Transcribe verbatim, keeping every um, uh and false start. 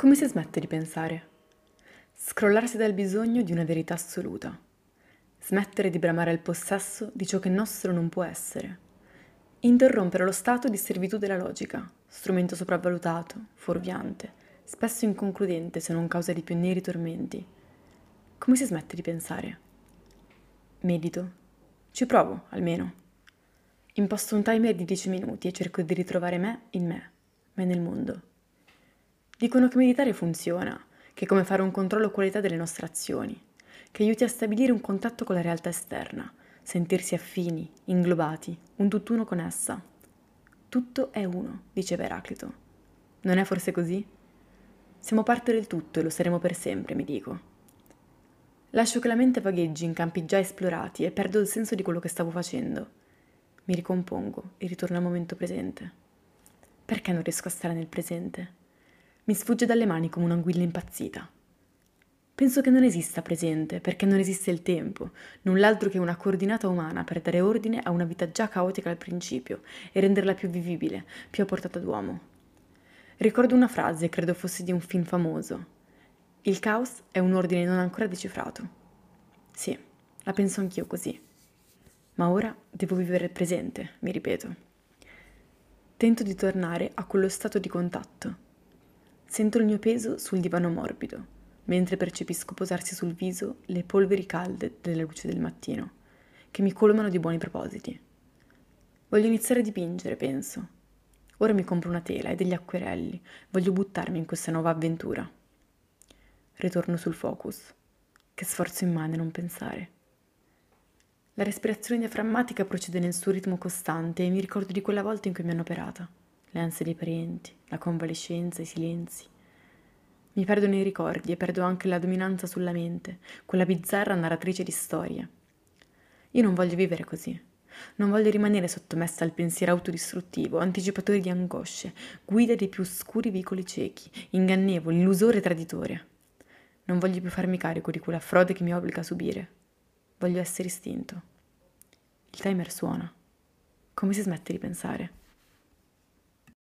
Come si smette di pensare? Scrollarsi dal bisogno di una verità assoluta. Smettere di bramare il possesso di ciò che nostro non può essere. Interrompere lo stato di servitù della logica, strumento sopravvalutato, fuorviante, spesso inconcludente se non causa di più neri tormenti. Come si smette di pensare? Medito. Ci provo, almeno. Imposto un timer di dieci minuti e cerco di ritrovare me in me, me nel mondo. Dicono che meditare funziona, che è come fare un controllo qualità delle nostre azioni, che aiuti a stabilire un contatto con la realtà esterna, sentirsi affini, inglobati, un tutt'uno con essa. Tutto è uno, diceva Eraclito. Non è forse così? Siamo parte del tutto e lo saremo per sempre, mi dico. Lascio che la mente vagheggi in campi già esplorati e perdo il senso di quello che stavo facendo. Mi ricompongo e ritorno al momento presente. Perché non riesco a stare nel presente? Mi sfugge dalle mani come un'anguilla impazzita. Penso che non esista presente, perché non esiste il tempo, null'altro che una coordinata umana per dare ordine a una vita già caotica al principio e renderla più vivibile, più a portata d'uomo. Ricordo una frase, credo fosse di un film famoso. Il caos è un ordine non ancora decifrato. Sì, la penso anch'io così. Ma ora devo vivere il presente, mi ripeto. Tento di tornare a quello stato di contatto. Sento il mio peso sul divano morbido, mentre percepisco posarsi sul viso le polveri calde della luce del mattino, che mi colmano di buoni propositi. Voglio iniziare a dipingere, penso. Ora mi compro una tela e degli acquerelli, voglio buttarmi in questa nuova avventura. Ritorno sul focus. Che sforzo immane non pensare. La respirazione diaframmatica procede nel suo ritmo costante e mi ricordo di quella volta in cui mi hanno operata. Le ansie dei parenti, la convalescenza, i silenzi. Mi perdo nei ricordi e perdo anche la dominanza sulla mente, quella bizzarra narratrice di storie. Io non voglio vivere così. Non voglio rimanere sottomessa al pensiero autodistruttivo, anticipatore di angosce, guida dei più oscuri vicoli ciechi, ingannevole, illusore e traditore. Non voglio più farmi carico di quella frode che mi obbliga a subire. Voglio essere istinto. Il timer suona. Come si smette di pensare?